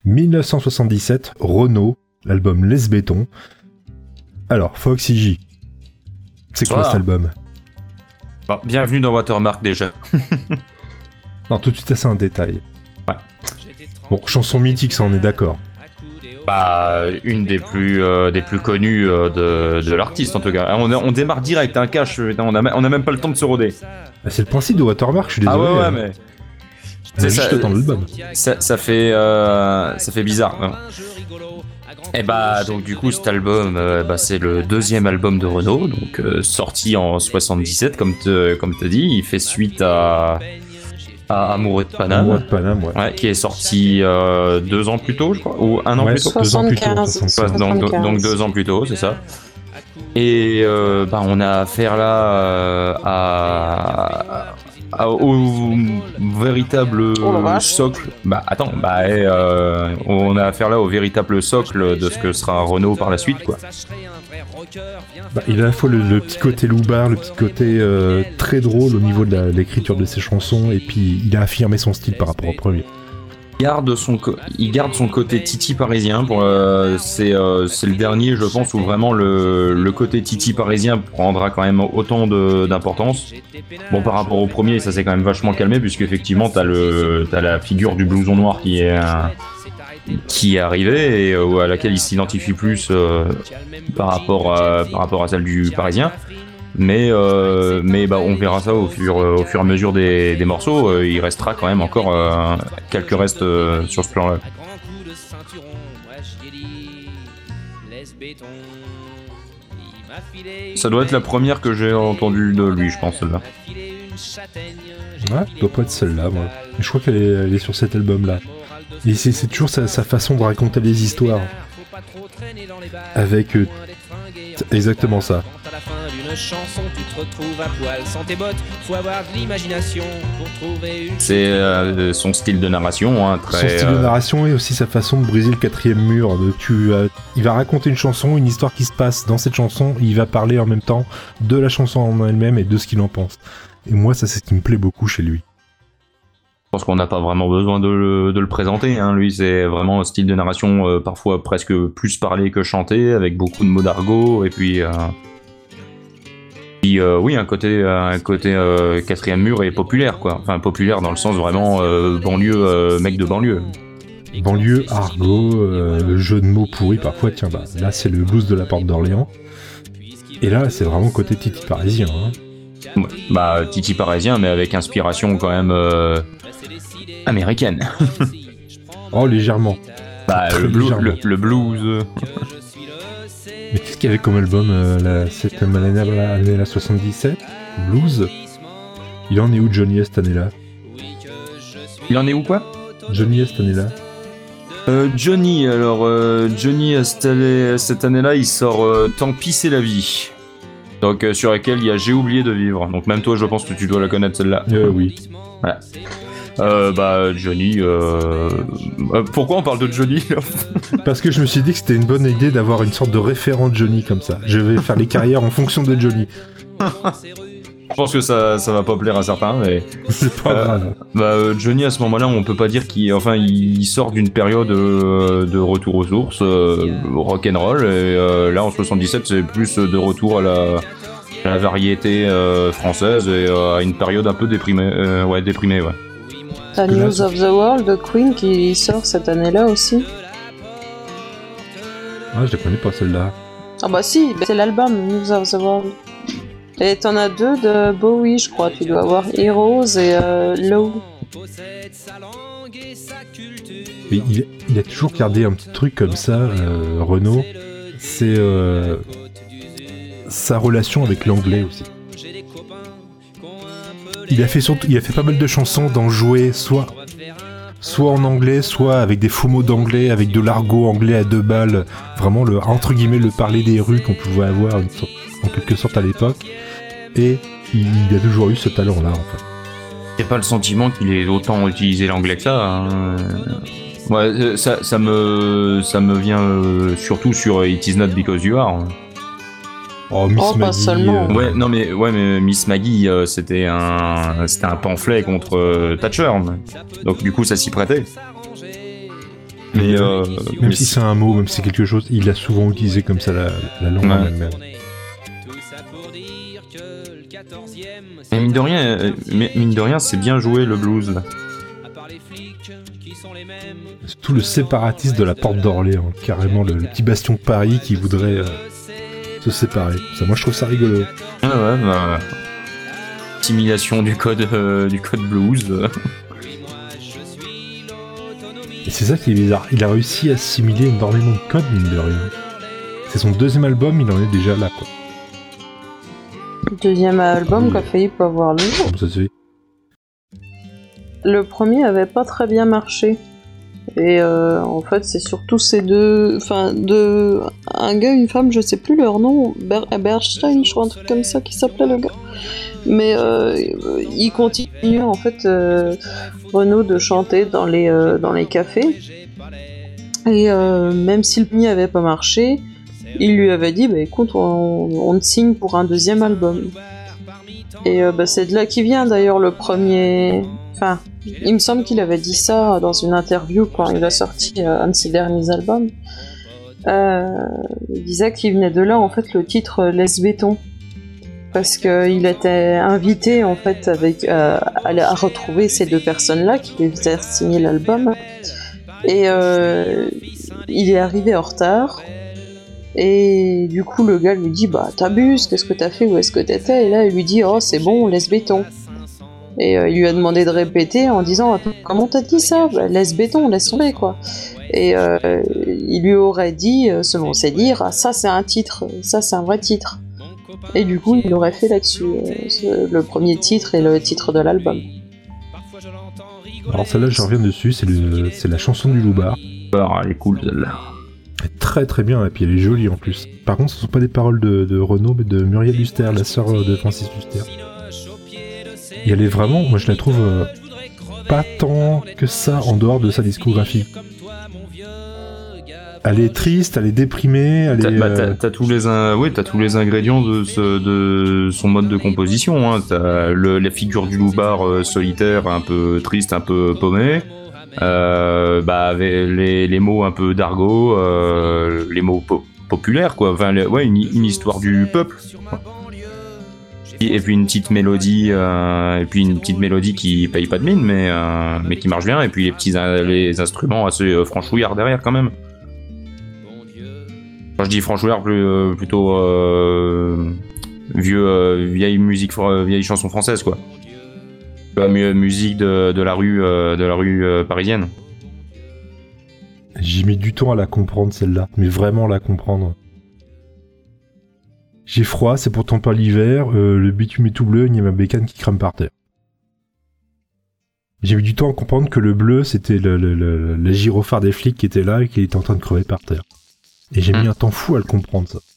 1977, Renaud, l'album Laisse Béton. Alors, Foxy J, c'est quoi cet album? Bon, bienvenue dans Watermark déjà. Non, tout de suite, c'est un détail. Ouais. Bon, chanson mythique, ça on est d'accord. Bah, une des plus connues de l'artiste en tout cas. On démarre direct, un cash, on a même pas le temps de se roder. Bah, c'est le principe de Watermark, je suis désolé. Ah ouais, mais... C'est juste attendre l'album. Ça fait bizarre. Hein. Et bah donc du coup cet album, c'est le deuxième album de Renaud, donc sorti en 77 comme t'as dit. Il fait suite à Amoureux de Paname. Amoureux de Paname, ouais. Ouais, qui est sorti 2 ans plus tôt, je crois, ou un an plus tôt. 2 ans plus tôt. 75. Donc 2 ans plus tôt, c'est ça. Et on a affaire là au véritable socle. On a affaire là au véritable socle de ce que sera Renaud par la suite, quoi. Il a à la fois le petit côté loupard, le petit côté très drôle au niveau de l'écriture de ses chansons, et puis il a affirmé son style par rapport au premier. Il garde son côté Titi parisien. C'est le dernier, je pense, où vraiment le côté Titi parisien prendra quand même autant d'importance. Bon, par rapport au premier, ça s'est quand même vachement calmé, puisque effectivement t'as la figure du blouson noir qui est arrivée et à laquelle il s'identifie plus par rapport à celle du parisien. Mais on verra ça au fur et à mesure des morceaux. Il restera quand même encore quelques restes sur ce plan-là. Ça doit être la première que j'ai entendue de lui, je pense, celle-là. Ouais, doit pas être celle-là, moi. Mais je crois qu'elle est sur cet album-là. Et c'est toujours sa façon de raconter les histoires. Avec exactement ça. C'est son style de narration, hein, très... Son style de narration et aussi sa façon de briser le quatrième mur. Il va raconter une chanson, une histoire qui se passe dans cette chanson, et il va parler en même temps de la chanson en elle-même et de ce qu'il en pense. Et moi, ça, c'est ce qui me plaît beaucoup chez lui. Je pense qu'on n'a pas vraiment besoin de le présenter, hein. Lui, c'est vraiment un style de narration parfois presque plus parlé que chanté, avec beaucoup de mots d'argot, et puis oui, un côté quatrième mur et populaire, quoi. Enfin, populaire dans le sens vraiment banlieue, mec de banlieue. Banlieue, argot, jeu de mots pourris parfois. Tiens, là, c'est le blues de la Porte d'Orléans. Et là, c'est vraiment côté Titi parisien, hein. Titi parisien, mais avec inspiration quand même américaine. Oh, légèrement. Le blues. Mais qu'est-ce qu'il y avait comme album cette année-là, 77 Blues. Il en est où Johnny cette année-là? Il en est où quoi? Johnny cette année-là. Johnny, cette année-là, il sort Tant pis c'est la vie. Donc sur laquelle il y a J'ai oublié de vivre. Donc même toi, je pense que tu dois la connaître celle-là. Oui. Voilà. Johnny. Pourquoi on parle de Johnny? Parce que je me suis dit que c'était une bonne idée d'avoir une sorte de référent de Johnny comme ça. Je vais faire les carrières en fonction de Johnny. Je pense que ça va pas plaire à certains, mais c'est pas grave. Johnny à ce moment-là, on peut pas dire il sort d'une période de retour aux sources, rock'n'roll, et là en 77 c'est plus de retour à la variété française et à une période un peu déprimée, ouais. T'as News of the World de Queen qui sort cette année-là aussi. Ah, je la connais pas celle-là. Ah bah si, c'est l'album News of the World. Et t'en as 2 de Bowie, je crois. Tu dois avoir Heroes et Low. Mais il a toujours gardé un petit truc comme ça, Renaud. C'est sa relation avec l'anglais aussi. Il a fait pas mal de chansons dans jouer soit en anglais, soit avec des faux mots d'anglais, avec de l'argot anglais à 2 balles. Vraiment entre guillemets le parler des rues qu'on pouvait avoir en quelque sorte à l'époque. Et il a toujours eu ce talent-là, en fait. J'ai pas le sentiment qu'il ait autant utilisé l'anglais que ça. Hein. Ouais, ça me vient surtout sur It Is Not Because You Are. Oh, Miss Maggie. Mais Miss Maggie, c'était un pamphlet contre Thatcher. Donc du coup, ça s'y prêtait. Même si c'est un mot, même si c'est quelque chose, il a souvent utilisé comme ça la langue en elle-même. Et mine de rien, c'est bien joué le blues là. C'est tout le séparatisme de la porte d'Orléans, carrément le petit bastion de Paris qui voudrait se séparer. Ça, moi je trouve ça rigolo. Ah ouais, bah, simulation du code blues. Et c'est ça qui est bizarre. Il a réussi à assimiler énormément de codes, mine de rien. C'est son deuxième album, il en est déjà là, quoi. Le deuxième album qui a failli pas voir le jour. Comment ça se fait ? Le premier avait pas très bien marché. Et en fait, c'est surtout ces deux... Enfin, un gars, une femme, je sais plus leur nom, Bernstein, je crois, un truc comme ça qui s'appelait le gars. Mais il continue, en fait, Renaud de chanter dans les cafés. Et même si le premier avait pas marché, il lui avait dit, bah écoute, on te signe pour un deuxième album. Et c'est de là qu'il vient d'ailleurs le premier... Enfin, il me semble qu'il avait dit ça dans une interview quand il a sorti un de ses derniers albums. Il disait qu'il venait de là, en fait, le titre Laisse Béton. Parce qu'il était invité, en fait, à retrouver ces deux personnes-là qui lui faisaient signer l'album. Et il est arrivé en retard. Et du coup, le gars lui dit, bah, t'abuses, qu'est-ce que t'as fait, où est-ce que t'étais? Et là, il lui dit, oh, c'est bon, laisse béton. Et il lui a demandé de répéter en disant, attends, comment t'as dit ça? Bah, laisse béton, laisse tomber, quoi. Et il lui aurait dit, selon ses dires, ah, ça c'est un titre, ça c'est un vrai titre. Et du coup, il aurait fait là-dessus le premier titre et le titre de l'album. Alors celle-là, je reviens dessus, c'est la chanson du Loubard. Ah, elle est cool celle-là. Elle est très très bien, et puis elle est jolie en plus. Par contre, ce ne sont pas des paroles de Renaud, mais de Muriel Luster, la sœur de Francis Luster. Et elle est vraiment, moi je la trouve pas tant que ça en dehors de sa discographie. Elle est triste, elle est déprimée, t'as tous les ingrédients de son mode de composition. Hein. T'as la figure du Loubard solitaire, un peu triste, un peu paumé. Avec les mots un peu d'argot, les mots populaires, quoi. Enfin, une histoire du peuple. Et puis une petite mélodie, qui paye pas de mine, mais qui marche bien. Et puis les instruments assez franchouillards derrière, quand même. Quand je dis franchouillard, plutôt vieille musique, vieille chanson française, quoi. Musique de la rue parisienne. J'ai mis du temps à la comprendre, celle-là, mais vraiment la comprendre. J'ai froid, c'est pourtant pas l'hiver, le bitume est tout bleu, il y a ma bécane qui crame par terre. J'ai mis du temps à comprendre que le bleu, c'était le gyrophare des flics qui était là et qui était en train de crever par terre. Et j'ai mis un temps fou à le comprendre, ça.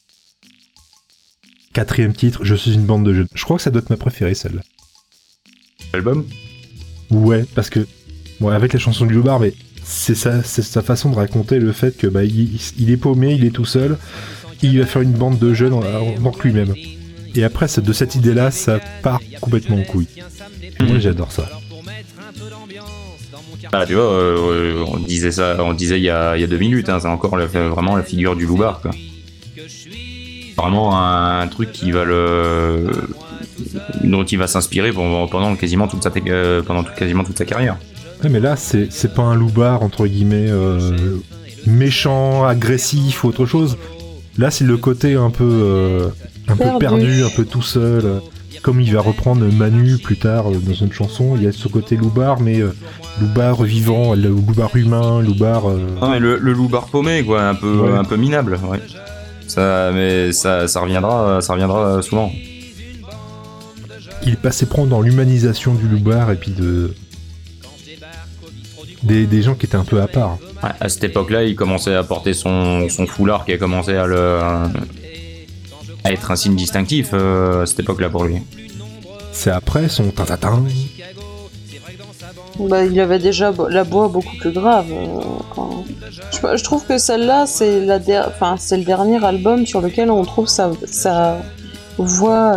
4e titre, Je suis une bande de jeunes. Je crois que ça doit être ma préférée, celle-là. Album ? Ouais, parce que... Bon, avec la chanson du Loubard, mais c'est sa façon de raconter le fait que il est paumé, il est tout seul, il va faire une bande de jeunes en lui-même. Et après, de cette idée-là, ça part complètement en couille. Et moi, j'adore ça. Ah, tu vois, on disait il y a 2 minutes, hein, c'est encore vraiment la figure du Loubard, quoi. Vraiment un truc dont il va s'inspirer pendant quasiment toute sa carrière. Ouais, mais là, c'est pas un Loubard, entre guillemets, méchant, agressif ou autre chose. Là, c'est le côté un peu perdu, un peu tout seul. Comme il va reprendre Manu plus tard dans une chanson, il y a ce côté Loubard, mais Loubard vivant, le Loubard humain, Loubard... Non, mais le Loubard paumé, quoi, un peu minable, ouais. Ça reviendra souvent. Il est passé prendre dans l'humanisation du Loubard et puis des gens qui étaient un peu à part. Ouais, à cette époque-là, il commençait à porter son foulard qui a commencé à être un signe distinctif à cette époque-là pour lui. C'est après son tatatin. Il avait déjà la voix beaucoup plus grave. Je trouve que celle-là, c'est le dernier album sur lequel on trouve sa voix,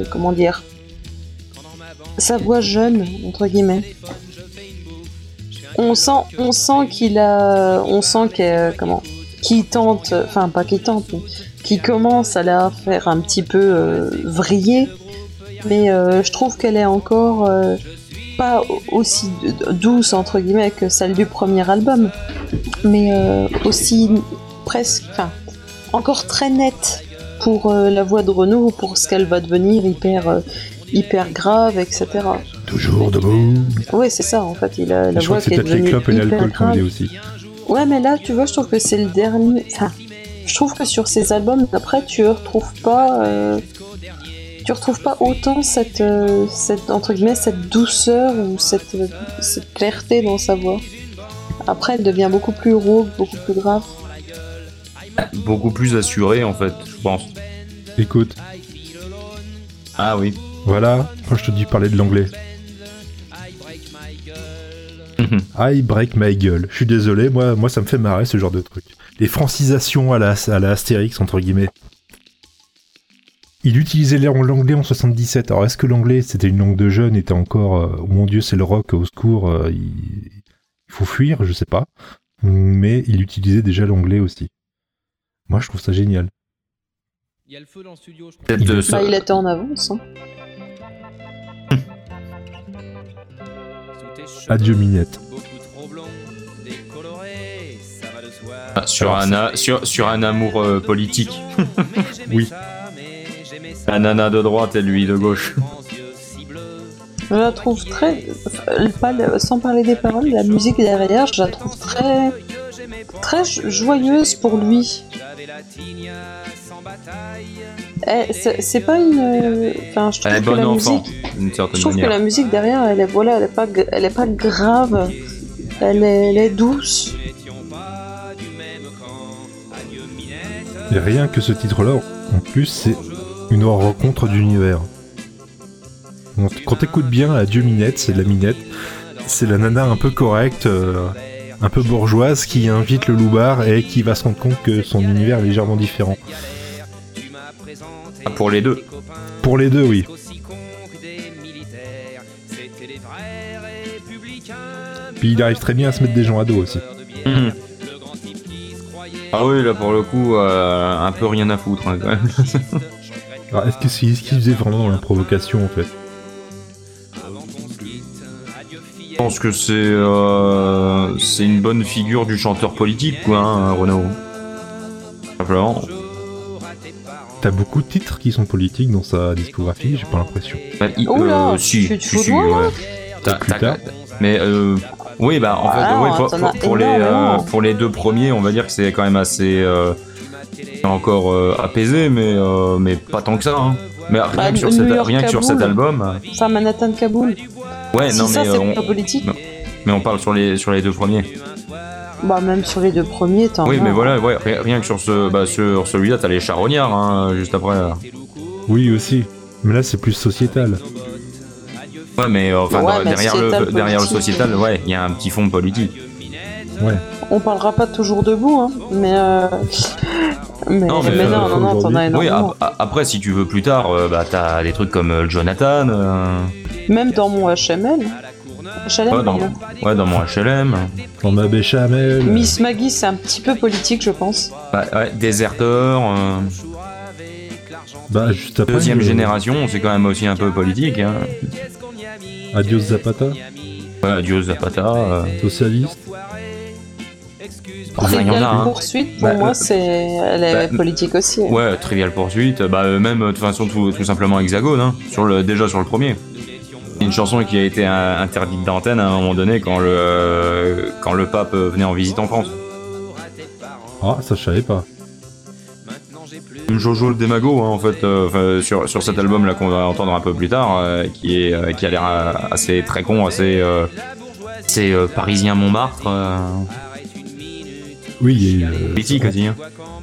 sa voix jeune, entre guillemets. on sent qu'il tente, enfin pas qu'il tente, mais qu'il commence à la faire un petit peu vriller, mais je trouve qu'elle est encore pas aussi douce entre guillemets que celle du premier album, mais aussi presque, enfin encore très nette pour la voix de Renaud, pour ce qu'elle va devenir hyper grave, etc. Toujours debout. Ouais, c'est ça, en fait, il a la Je voix crois que c'est qui est peut-être les devenue clopes et hyper l'alcool grave. qu'on dit aussi. Ouais, mais là, tu vois, je trouve que c'est le dernier... Enfin, je trouve que sur ces albums, après, tu retrouves pas autant cette entre guillemets, cette douceur ou cette clarté dans sa voix. Après, elle devient beaucoup plus rauque, beaucoup plus grave. Beaucoup plus assuré en fait, je pense. Écoute, Ah oui. voilà, moi je te dis parler de l'anglais. I break my gueule. Je suis désolé, moi ça me fait marrer ce genre de truc. Les francisations à la Astérix, entre guillemets. Il utilisait l'anglais en 77. Alors est-ce que l'anglais c'était une langue de jeunes, était encore oh mon dieu c'est le rock, au secours, il faut fuir, je sais pas. Mais il utilisait déjà l'anglais aussi. Moi je trouve ça génial. Il y a le feu dans le studio, je crois. Peut-être de ça. Bah, il était en avance. Hein. Adieu Minette. Sur un amour politique. Oui. La nana de droite et lui de gauche. Je la trouve très... sans parler des paroles, la musique derrière, je la trouve très joyeuse pour lui. C'est pas une... Enfin, je trouve Elle est que bonne la enfant, musique... d'une Je certaine trouve que manière. la musique derrière, elle est pas grave, elle est douce. Et rien que ce titre-là, en plus, c'est une rencontre d'univers. Quand t'écoutes bien Adieu Minette, c'est de la Minette. C'est la nana un peu correcte, un peu bourgeoise, qui invite le loupard et qui va se rendre compte que son univers est légèrement différent. Ah, pour les deux. Pour les deux, oui. Puis il arrive très bien à se mettre des gens à dos aussi. Mhm. Ah oui, là pour le coup, un peu rien à foutre hein, quand même. Alors, est-ce qu'il faisait vraiment dans la provocation en fait? Je pense que c'est une bonne figure du chanteur politique, quoi, hein, Renaud. Simplement. T'as beaucoup de titres qui sont politiques dans sa discographie, j'ai pas l'impression. Bah, Oula, si, tu te si, fous si, de moi, ouais. Plus tard. Mais oui, bah en fait, Ah, ouais, t'en as énormément. pour les deux premiers, on va dire que c'est quand même assez encore apaisé, mais pas tant que ça. Hein. Mais rien que sur New York, rien que sur Kaboul. cet album. Enfin, Manhattan Kaboul. Ouais, Si non ça, mais c'est pas politique. non. Mais on parle sur les deux premiers. Bah, même sur les deux premiers, t'en Oui, as. mais voilà, ouais, rien que sur sur celui-là, t'as les charognards, hein, juste après. Oui aussi, mais là c'est plus sociétal. Ouais, mais enfin Ouais, mais derrière sociétal le politique. sociétal, ouais, il y a un petit fond politique. Ouais. On parlera pas toujours debout, hein, mais Non, mais, non, t'en as Oui, énormément. après, si tu veux plus tard, bah t'as des trucs comme le Jonathan. Même dans mon HML. HLM, Ouais, pardon. dans mon HLM. Dans ma béchamel. Miss Maggie, c'est un petit peu politique, je pense. Ouais, Deserteur. Bah juste après. Deuxième génération, c'est quand même aussi un peu politique. Hein. Adios Zapata, Ouais, Adios Zapata. socialiste. Enfin, il y en a. Trivial Hein. Poursuite, pour Bah, moi, elle est politique aussi. Ouais, Trivial Poursuite. Bah, même, de toute façon, tout simplement Hexagone, hein, déjà sur le premier. Une chanson qui a été interdite d'antenne à un moment donné quand le pape venait en visite en France. Ah, ça je savais pas. Jojo le Démago, hein, en fait, sur cet album là qu'on va entendre un peu plus tard, qui a l'air assez très con, assez parisien Montmartre, Oui, politique aussi. Hein.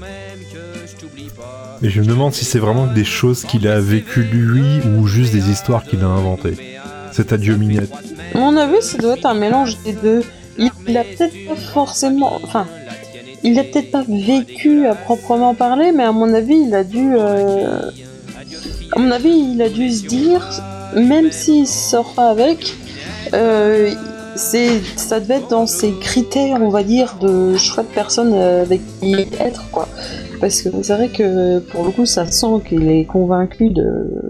et je me demande si c'est vraiment des choses qu'il a vécues lui ou juste des histoires qu'il a inventées. Cet Adieu Minette. À mon avis, ça doit être un mélange des deux. Il a peut-être pas forcément... Enfin, il a peut-être pas vécu à proprement parler, mais à mon avis, il a dû... À mon avis, il a dû se dire, même s'il sort pas avec, ça devait être dans ses critères, on va dire, de choix de personnes avec qui être, quoi. Parce que c'est vrai que pour le coup, ça sent qu'il est convaincu de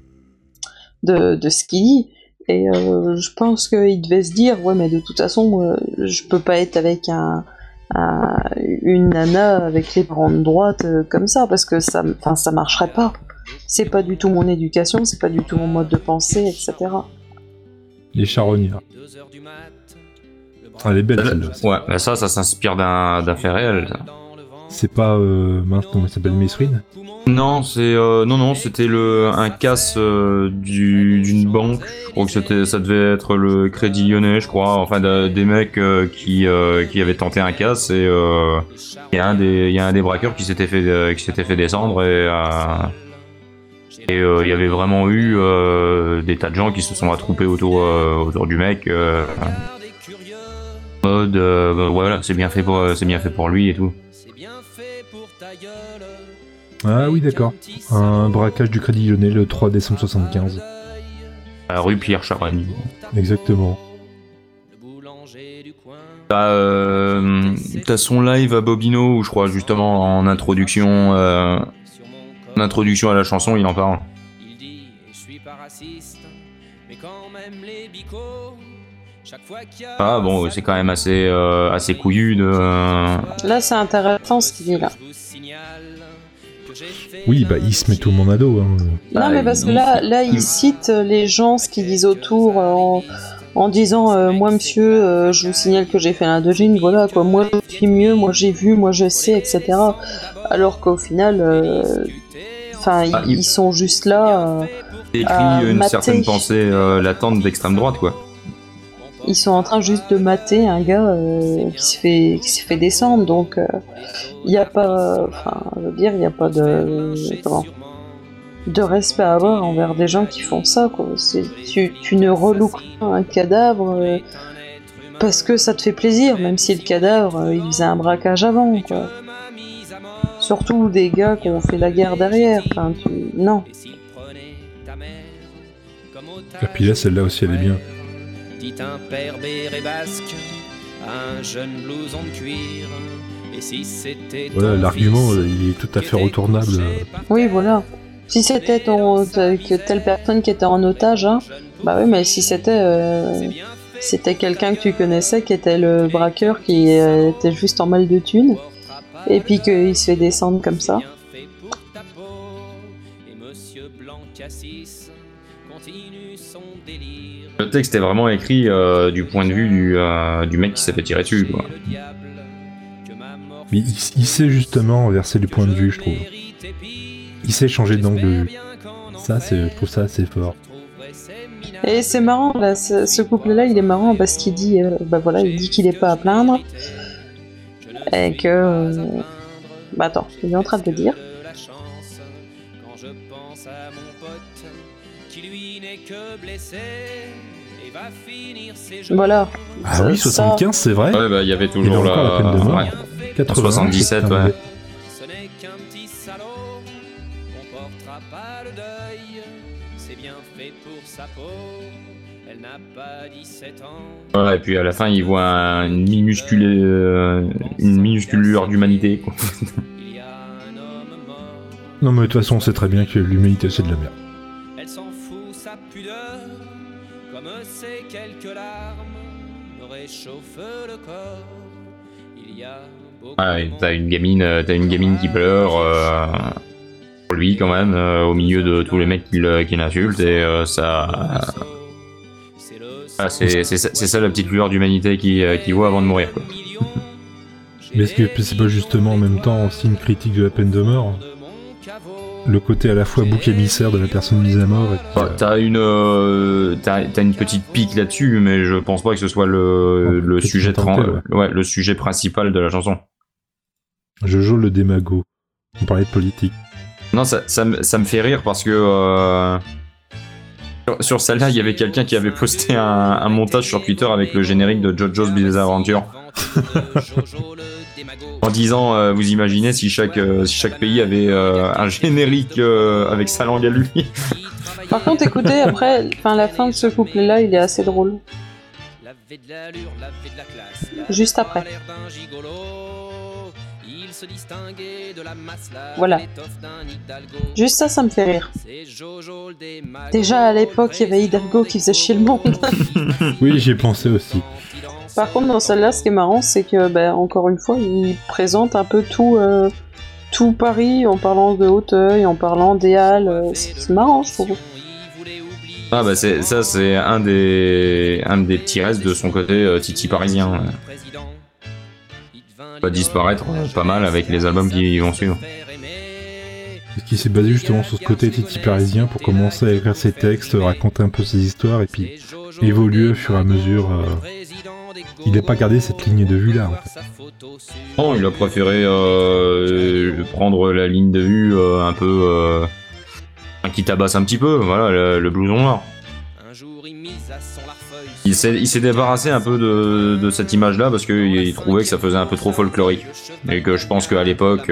ce qu'il dit. Et je pense qu'il devait se dire, ouais, mais de toute façon, je peux pas être avec une nana avec les parents de droite comme ça, parce que ça marcherait pas. C'est pas du tout mon éducation, c'est pas du tout mon mode de pensée, etc. Les charognards. Elle est belle celle-là. Ouais, bah ça s'inspire d'un fait réel. Ça. C'est pas mince, comment il s'appelle, Mesrine? Non, c'était un casse d'une banque. Je crois que ça devait être le Crédit Lyonnais, je crois. Enfin, des mecs qui avaient tenté un casse et il y a un des braqueurs qui s'était fait descendre et il y avait vraiment eu des tas de gens qui se sont attroupés autour du mec. Mode, voilà, c'est bien fait pour lui et tout. Ah oui, d'accord. Un braquage du Crédit Lyonnais le 3 décembre 75. À la rue Pierre Charogne. Exactement. T'as son live à Bobino où je crois justement en introduction à la chanson il en parle. Ah bon, c'est quand même assez couillu de. Là, c'est intéressant ce qu'il dit là. Oui, bah il se met tout le monde à dos. Hein. Non, mais parce que là, il cite les gens, ce qu'ils disent autour, en disant moi, monsieur, je vous signale que j'ai fait l'indogyne, voilà quoi, moi je suis mieux, moi j'ai vu, moi je sais, etc. Alors qu'au final, ils sont juste là. Écrit une certaine pensée latente d'extrême droite, quoi. Ils sont en train juste de mater un gars qui se fait descendre, donc il n'y a pas, il n'y a pas de respect à avoir envers des gens qui font ça, quoi. Tu ne relooks pas un cadavre parce que ça te fait plaisir, même si le cadavre il faisait un braquage avant, quoi. Surtout des gars qui ont fait la guerre derrière, non. Et puis là, celle-là aussi, elle est bien. Dit un père béret basque, un jeune blouson de cuir. Et si c'était voilà, l'argument, il est tout à fait retournable. Oui, voilà. Si c'était telle personne qui était en otage, hein, bah oui, mais si c'était quelqu'un que tu connaissais qui était le braqueur qui était juste en mal de thunes, et puis qu'il se fait descendre comme ça. Le texte est vraiment écrit du point de vue du mec qui s'est fait tirer dessus, quoi. Mais il sait justement verser du point de vue, je trouve. Il sait changer d'angle de vue. Ça, je trouve ça assez fort. Et c'est marrant, là, ce couple-là, il est marrant parce qu'il dit, il dit qu'il est pas à plaindre. Et que... attends, il est en train de le dire. Voilà. Ah oui, 75, c'est vrai. Ouais, bah il y avait toujours la peine de mort. Ouais. 80, 77, ouais. Ce n'est qu'un petit salaud, on portera pas le deuil, c'est bien fait pour sa peau, elle n'a pas 17 ans. Ouais, et puis à la fin, il voit une minuscule lueur d'humanité, quoi. Non, mais de toute façon, on sait très bien que l'humanité, c'est de la merde. Elle s'en fout, sa pudeur, comme ces quelques larmes me réchauffent le corps. Il y a ouais, t'as une gamine qui pleure pour lui quand même au milieu de tous les mecs qui l'insultent et ça. Ah, c'est ça la petite lueur d'humanité qu'il voit avant de mourir, quoi. Mais est-ce que c'est pas justement en même temps aussi une critique de la peine de mort? Le côté à la fois bouc émissaire de la personne mise à mort. T'as une petite pique là-dessus, mais je pense pas que ce soit le sujet principal de la chanson. Jojo le démago. On parlait de politique. Non, ça me fait rire parce que sur celle-là, il y avait quelqu'un qui avait posté un montage sur Twitter avec le générique de JoJo's Bizarre Adventure. En disant, vous imaginez si chaque pays avait un générique avec sa langue à lui. Par contre, écoutez, après, la fin de ce couplet-là, il est assez drôle. Juste après. Voilà. Juste ça me fait rire. Déjà à l'époque, il y avait Hidalgo qui faisait chier le monde. Oui, j'y ai pensé aussi. Par contre, dans celle-là, ce qui est marrant, c'est que, encore une fois, il présente un peu tout Paris en parlant de Hauteuil, en parlant des Halles. C'est marrant, je trouve. Ah bah c'est un des petits restes de son côté Titi parisien. Va disparaître pas mal avec les albums qui vont suivre. Parce qu'il s'est basé justement sur ce côté Titi parisien pour commencer à écrire ses textes, raconter un peu ses histoires et puis évoluer au fur et à mesure. Il n'a pas gardé cette ligne de vue là. En fait. Non, il a préféré prendre la ligne de vue un peu qui tabasse un petit peu, voilà, le blouson noir. Il s'est débarrassé un peu de cette image-là parce qu'il trouvait que ça faisait un peu trop folklorique. Et que je pense qu'à l'époque,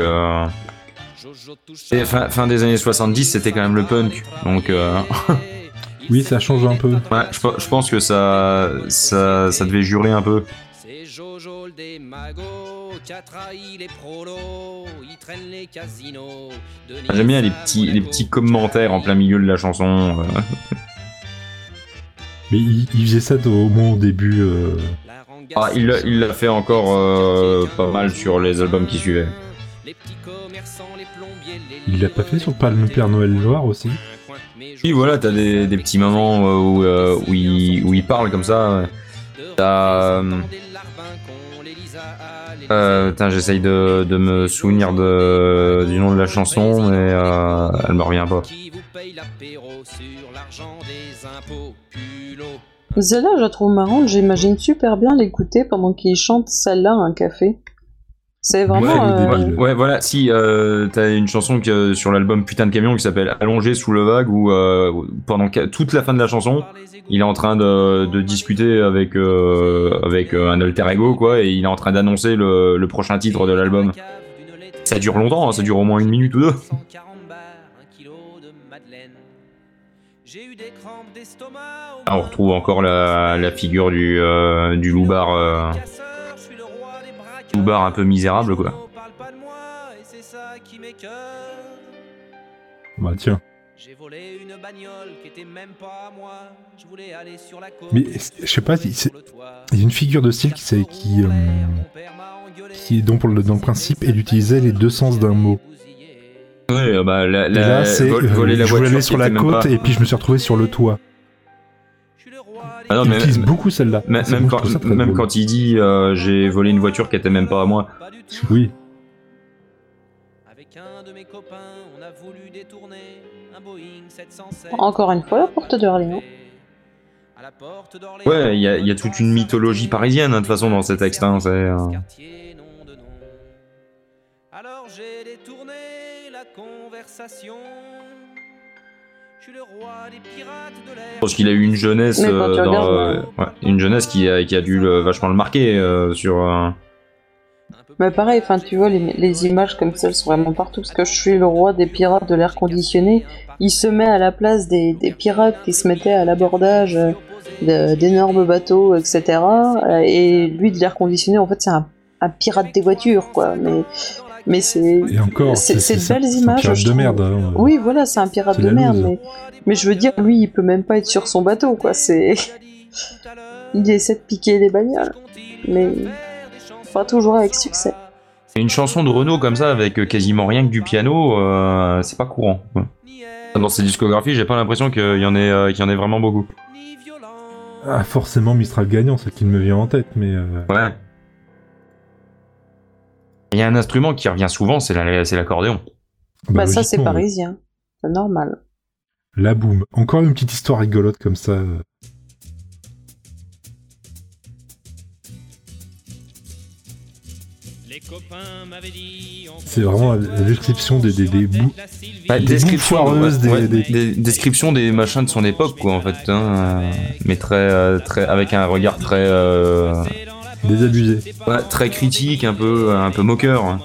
fin des années 70, c'était quand même le punk. Donc, oui, ça change un peu. Ouais, je pense que ça devait jurer un peu. J'aime bien les petits commentaires en plein milieu de la chanson. Mais il faisait ça au moins au début. Ah, il l'a fait encore pas mal sur les albums qui suivaient. Il l'a pas fait sur le Père Noël Noir aussi? Oui, voilà, t'as des petits moments où il parle comme ça. T'as... j'essaye de me souvenir du nom de la chanson, mais elle me revient pas. Celle-là, je la trouve marrante, j'imagine super bien l'écouter pendant qu'il chante celle-là à un café. C'est vraiment... Ouais, voilà, si t'as une chanson sur l'album Putain de Camion qui s'appelle Allongé sous le vague, où pendant toute la fin de la chanson, il est en train de discuter avec un alter ego, quoi, et il est en train d'annoncer le prochain titre de l'album. Ça dure longtemps, hein, ça dure au moins 1 minute ou 2. Ah, on retrouve encore la figure du loupard. Loupard un peu misérable, quoi. Bah tiens. J'ai volé une bagnole qui était même pas à moi. Je voulais aller sur la côte. Mais je sais pas, il y a une figure de style qui est donc dans le principe et d'utiliser les deux sens d'un mot. Ouais, bah là c'est voler la je voulais voiture aller sur la côte et puis je me suis retrouvé sur le toit. Ah non, il utilise beaucoup celle-là. Même quand il dit j'ai volé une voiture qui était même pas à moi. Oui. Avec un de mes copains, on a voulu détourner un Boeing 707. Encore une fois, la porte d'Orléans. Ouais, il y a toute une mythologie parisienne, hein, de toute façon, dans ces textes. Hein, Alors j'ai détourné la conversation. Je suis le roi des pirates de l'air. Je pense qu'il a eu une jeunesse, une jeunesse qui a dû vachement le marquer sur. Mais pareil, tu vois, les images comme ça, elles sont vraiment partout, parce que je suis le roi des pirates de l'air conditionné. Il se met à la place des pirates qui se mettaient à l'abordage d'énormes bateaux, etc. Et lui, de l'air conditionné, en fait, c'est un pirate des voitures, quoi. Mais c'est... Et encore, c'est de belles images. C'est un pirate de merde. Hein. Oui, voilà, c'est un pirate de merde, mais je veux dire, lui, il peut même pas être sur son bateau, quoi. Il essaie de piquer les bagnoles, mais pas toujours avec succès. Une chanson de Renaud comme ça, avec quasiment rien que du piano, c'est pas courant. Ouais. Dans ses discographies, j'ai pas l'impression qu'il y en ait vraiment beaucoup. Ah, forcément Mistral gagnant, c'est qu'il me vient en tête, mais... Ouais. Il y a un instrument qui revient souvent, c'est l'accordéon. Bah ça, c'est parisien. C'est normal. La boum. Encore une petite histoire rigolote comme ça. C'est vraiment la description des description foireuses, des descriptions des machins de son époque, quoi, en fait. Hein, mais très, avec un regard très... désabusé. Ouais, très critique, un peu moqueur. Hein.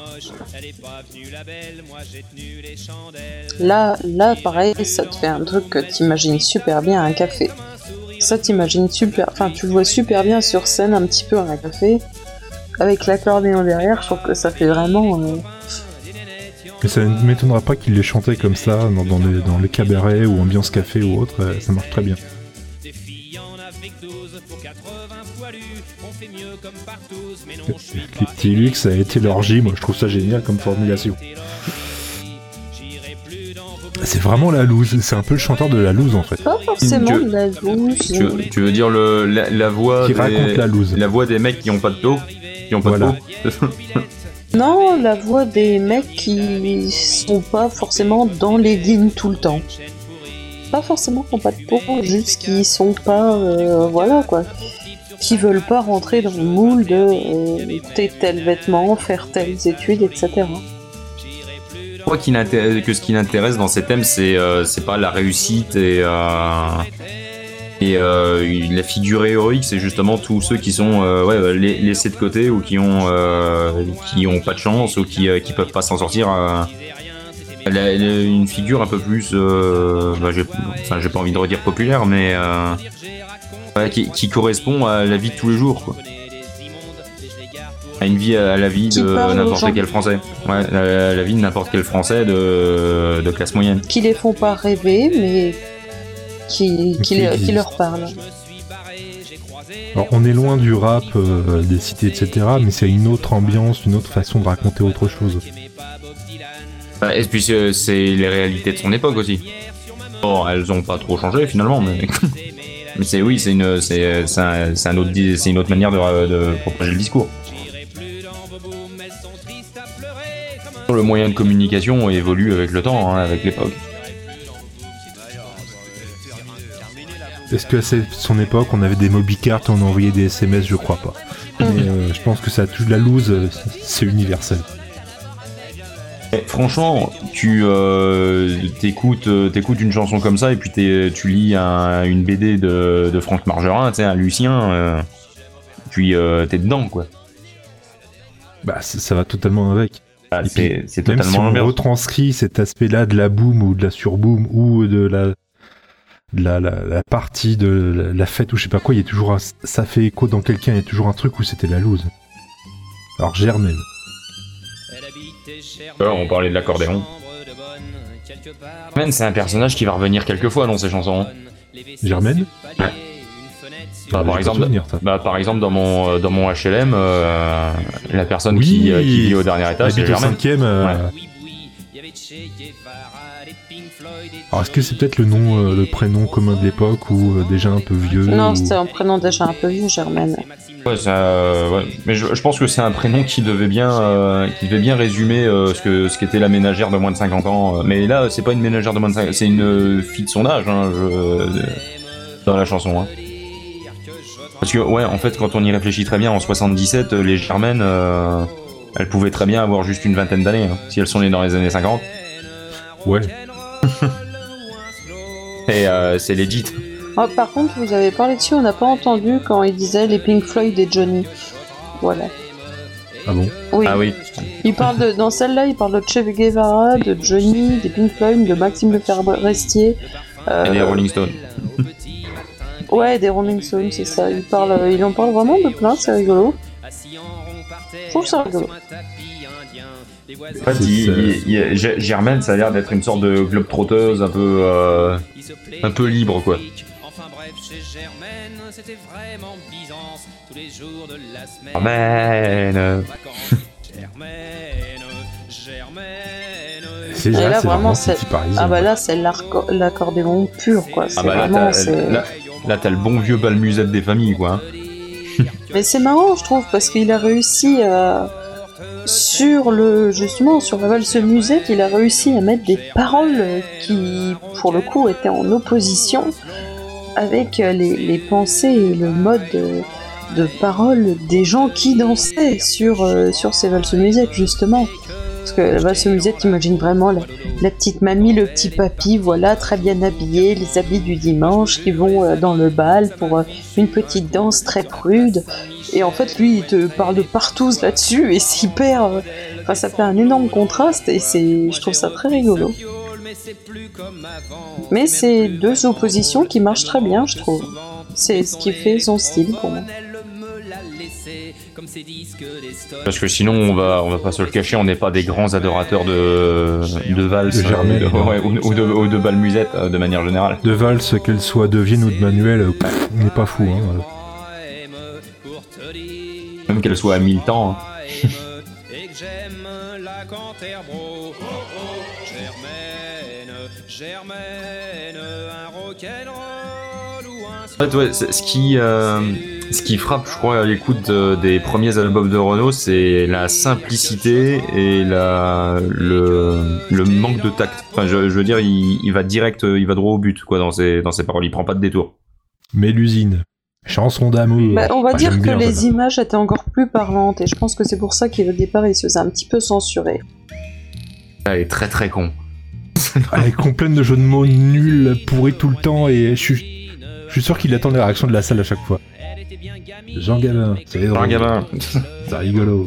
Là, pareil, ça te fait un truc que t'imagines super bien à un café. Ça t'imagines super, enfin tu le vois super bien sur scène, un petit peu à un café, avec l'accordéon derrière, je trouve que ça fait vraiment... Mais ça ne m'étonnera pas qu'il les chantait comme ça, dans les cabarets ou ambiance café ou autre, ça marche très bien. Les petits Lux, ça a été l'orgie, moi je trouve ça génial comme formulation. C'est vraiment la loose, c'est un peu le chanteur de la loose en fait. Pas forcément de la loose. Tu veux dire la voix Qui raconte la loose. La voix des mecs qui ont pas de dos, qui ont pas Voilà. de peau. Non, la voix des mecs qui sont pas forcément dans les lignes tout le temps. Pas forcément qui ont pas de peau, juste qui sont pas... voilà quoi. Qui veulent pas rentrer dans le moule de écouter tel vêtement, faire telles études, etc. Je crois que ce qui l'intéresse dans ces thèmes, c'est pas la réussite et la figure héroïque, c'est justement tous ceux qui sont laissés de côté ou qui ont pas de chance ou qui peuvent pas s'en sortir. Une figure un peu plus, j'ai pas envie de redire populaire, mais qui correspond à la vie de tous les jours, quoi. À la vie de n'importe quel Français. Ouais, la vie de n'importe quel Français de classe moyenne. Qui les font pas rêver, mais qui leur parlent. Alors on est loin du rap, des cités, etc., mais c'est une autre ambiance, une autre façon de raconter autre chose. Et puis c'est les réalités de son époque aussi. Bon, elles ont pas trop changé finalement, mais mais c'est une autre manière de propager le discours. Le moyen de communication évolue avec le temps, avec l'époque. Est-ce que c'est son époque, on avait des mobicards, on envoyait des SMS, je crois pas. Mais je pense que ça touche la loose, c'est universel. Et franchement, tu t'écoutes une chanson comme ça et puis tu lis une BD de Franck Margerin, tu sais, un Lucien, puis t'es dedans, quoi. Bah ça va totalement avec. Ah, c'est même totalement si on l'ambiance. retranscrit cet aspect-là de la boom ou de la surboom ou de la partie de la fête ou je sais pas quoi, il y a toujours ça fait écho dans quelqu'un, il y a toujours un truc où c'était la loose. Alors Germaine. Alors, on parlait de l'accordéon. Germaine, c'est un personnage qui va revenir quelques fois dans ses chansons. Germaine ? Ouais. Par exemple, dans mon HLM, la personne qui vit au dernier étage, c'est Germaine. Alors est-ce que c'est peut-être le prénom commun de l'époque ou déjà un peu vieux? Non, c'était un prénom déjà un peu vieux, Germaine. Ouais, mais je pense que c'est un prénom qui devait bien résumer ce qu'était la ménagère de moins de 50 ans. Mais là, c'est pas une ménagère de moins de 50 ans, c'est une fille de son âge, dans la chanson. Parce que, ouais, en fait, quand on y réfléchit très bien, en 77, les Germaines, elles pouvaient très bien avoir juste une vingtaine d'années, si elles sont nées dans les années 50. Ouais. Et c'est legit. Oh, par contre, vous avez parlé dessus, on n'a pas entendu quand il disait les Pink Floyd et Johnny. Voilà. Ah bon? Oui. Ah oui. Il parle dans celle-là, il parle de Che Guevara, de Johnny, des Pink Floyd, de Maxime Le Forestier. Et des Rolling Stones. Ouais, des Rolling Stones, c'est ça. Il en parle vraiment de plein, c'est rigolo. Je trouve ça rigolo. En fait, Germaine, ça a l'air d'être une sorte de globe-trotteuse un peu libre, quoi. Enfin bref, chez Germaine, c'était vraiment Byzance. Tous les jours de la semaine. Germaine. C'est Et là, c'est vraiment, City Parisien. Ah bah là, c'est l'accordéon pur, quoi. C'est vraiment... Là, t'as le bon vieux bal musette des familles, quoi. Mais c'est marrant, je trouve, parce qu'il a réussi sur la valse musette, il a réussi à mettre des paroles qui, pour le coup, étaient en opposition avec les pensées et le mode de parole des gens qui dansaient sur ces valses musettes, justement. Parce que la valse musette, t'imagines vraiment la petite mamie, le petit papy, voilà, très bien habillés, les habits du dimanche, qui vont dans le bal pour une petite danse très prude. Et en fait, lui, il te parle de partouze là-dessus, et c'est hyper... Enfin, ça fait un énorme contraste, et je trouve ça très rigolo. Mais c'est deux oppositions qui marchent très bien, je trouve. C'est ce qui fait son style pour moi. Parce que sinon, on va pas se le cacher, on n'est pas des grands adorateurs de valse De Germaine, ou de bal musette de manière générale. De valse, qu'elle soit de Vienne ou de Manuel, on n'est pas fou. Hein. Même qu'elle soit à 1000 temps. Hein. En fait, ouais, ce qui frappe, je crois, à l'écoute des premiers albums de Renaud, c'est la simplicité et le manque de tact. Enfin, je veux dire, il va direct, il va droit au but, quoi, dans ses paroles. Il prend pas de détour. Mais l'usine, chanson d'amour. On va dire que les images étaient encore plus parlantes, et je pense que c'est pour ça qu'au départ, il se faisait un petit peu censurer. Elle est très très con. Elle est complète de jeux de mots nuls, pourris tout le temps, et je suis sûr qu'il attend les réactions de la salle à chaque fois. Jean Gabin, c'est drôle. Jean Gabin. C'est rigolo.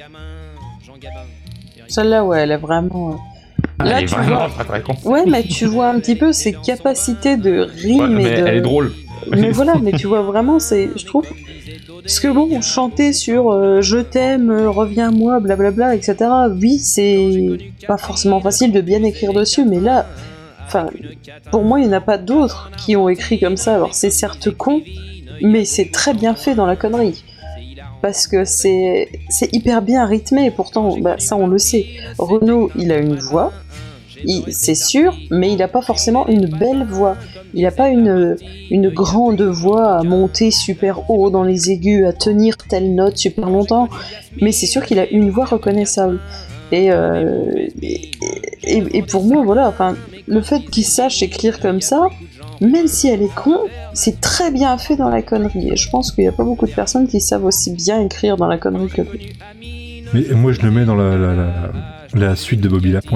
Celle-là, ouais, elle est vraiment... Là, elle est vraiment très très con. Ouais, mais tu vois un petit peu ses capacités de rime mais et de... elle est drôle. Mais voilà, mais tu vois vraiment, je trouve... Parce que bon, chanter sur je t'aime, reviens-moi, blablabla, etc. Oui, c'est pas forcément facile de bien écrire dessus, mais là, enfin, pour moi, il n'y en a pas d'autres qui ont écrit comme ça. Alors, c'est certes con, mais c'est très bien fait dans la connerie. Parce que c'est hyper bien rythmé, et pourtant, ça on le sait. Renaud, il a une voix, c'est sûr, mais il n'a pas forcément une belle voix. Il n'a pas une grande voix à monter super haut dans les aigus, à tenir telle note super longtemps, mais c'est sûr qu'il a une voix reconnaissable. Et pour moi, voilà, enfin, le fait qu'il sache écrire comme ça, même si elle est con, c'est très bien fait dans la connerie. Et je pense qu'il n'y a pas beaucoup de personnes qui savent aussi bien écrire dans la connerie que lui. Mais moi, je le mets dans la suite de Bobby Lapointe.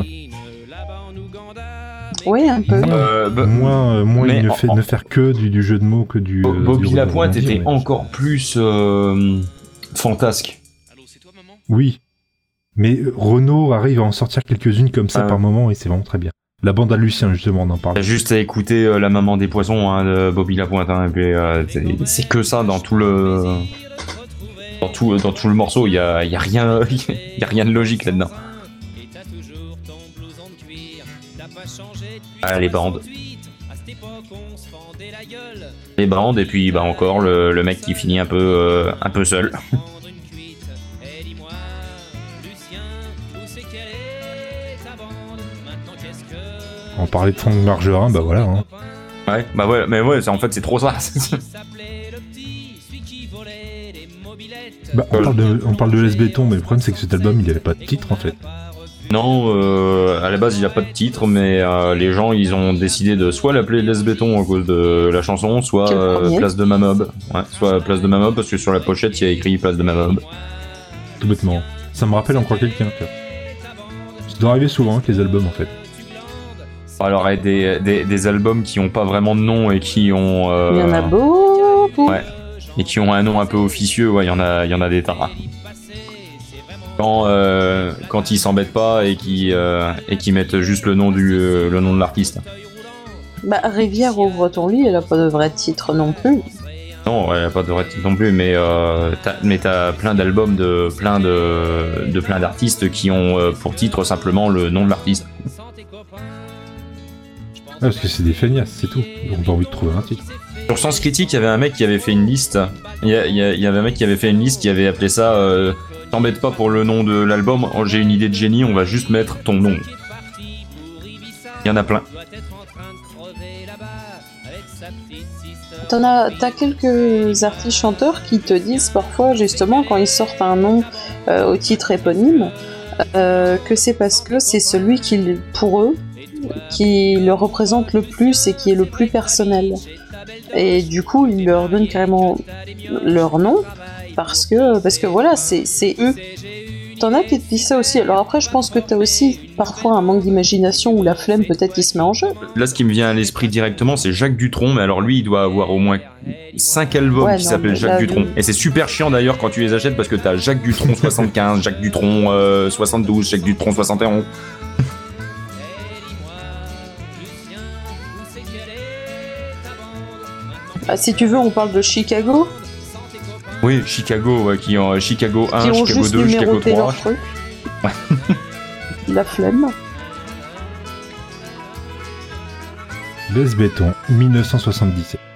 Oui, un peu. Moi, il ne faire que du jeu de mots que du... Bobby Lapointe était encore plus fantasque. Oui. Mais Renaud arrive à en sortir quelques-unes comme ça par moment, et c'est vraiment très bien. La bande à Lucien, justement, on en parle. T'as juste à écouter La Maman des Poissons de Bobby Lapointe, et puis c'est que ça dans tout le... Dans tout le morceau, il y a rien de logique là-dedans. Ah, les bandes. Les bandes, et puis encore le mec qui finit un peu seul. On parlait de Franck Margerin, voilà. Hein. Ouais, mais ouais, en fait c'est trop ça. On parle de Les Béton, mais le problème c'est que cet album il avait pas de titre en fait. Non, à la base il a pas de titre, mais les gens ils ont décidé de soit l'appeler Les Béton à cause de la chanson, soit Place de Mamob. Ouais, soit Place de Mamob parce que sur la pochette il y a écrit Place de Mamob. Tout bêtement. Ça me rappelle encore quelqu'un. Ça doit arriver souvent avec les albums en fait. Alors des albums qui ont pas vraiment de nom et qui ont... Il y en a beaucoup. Ouais. Et qui ont un nom un peu officieux, ouais, il y en a des tas. Quand ils s'embêtent pas et qui mettent juste le nom de l'artiste. Rivière ouvre ton lit, elle a pas de vrai titre non plus. Non, elle a pas de vrai titre non plus, mais t'as plein d'albums de plein d'artistes qui ont pour titre simplement le nom de l'artiste. Parce que c'est des feignasses, c'est tout. Donc t'as envie de trouver un titre. Sur Sens Critique, il y avait un mec qui avait fait une liste. Il y avait un mec qui avait fait une liste qui avait appelé ça t'embête pas pour le nom de l'album, j'ai une idée de génie, on va juste mettre ton nom. Il y en a plein. T'as quelques artistes chanteurs qui te disent parfois, justement, quand ils sortent un nom au titre éponyme, que c'est parce que c'est celui qui, pour eux, qui le représente le plus et qui est le plus personnel. Et du coup, ils leur donnent carrément leur nom parce que voilà, c'est eux. T'en as qui te disent ça aussi. Alors après, je pense que t'as aussi parfois un manque d'imagination ou la flemme peut-être qui se met en jeu. Là, ce qui me vient à l'esprit directement, c'est Jacques Dutronc. Mais alors lui, il doit avoir au moins 5 albums qui s'appellent Jacques Dutronc. Et c'est super chiant d'ailleurs quand tu les achètes parce que t'as Jacques Dutronc 75, Jacques Dutronc 72, Jacques Dutronc 71. Ah, si tu veux, on parle de Chicago. Oui, Chicago, ouais, qui ont Chicago 1, Qui ont Chicago juste 2, Chicago numéroté 3. leur truc. La flemme. Les Béton, 1977.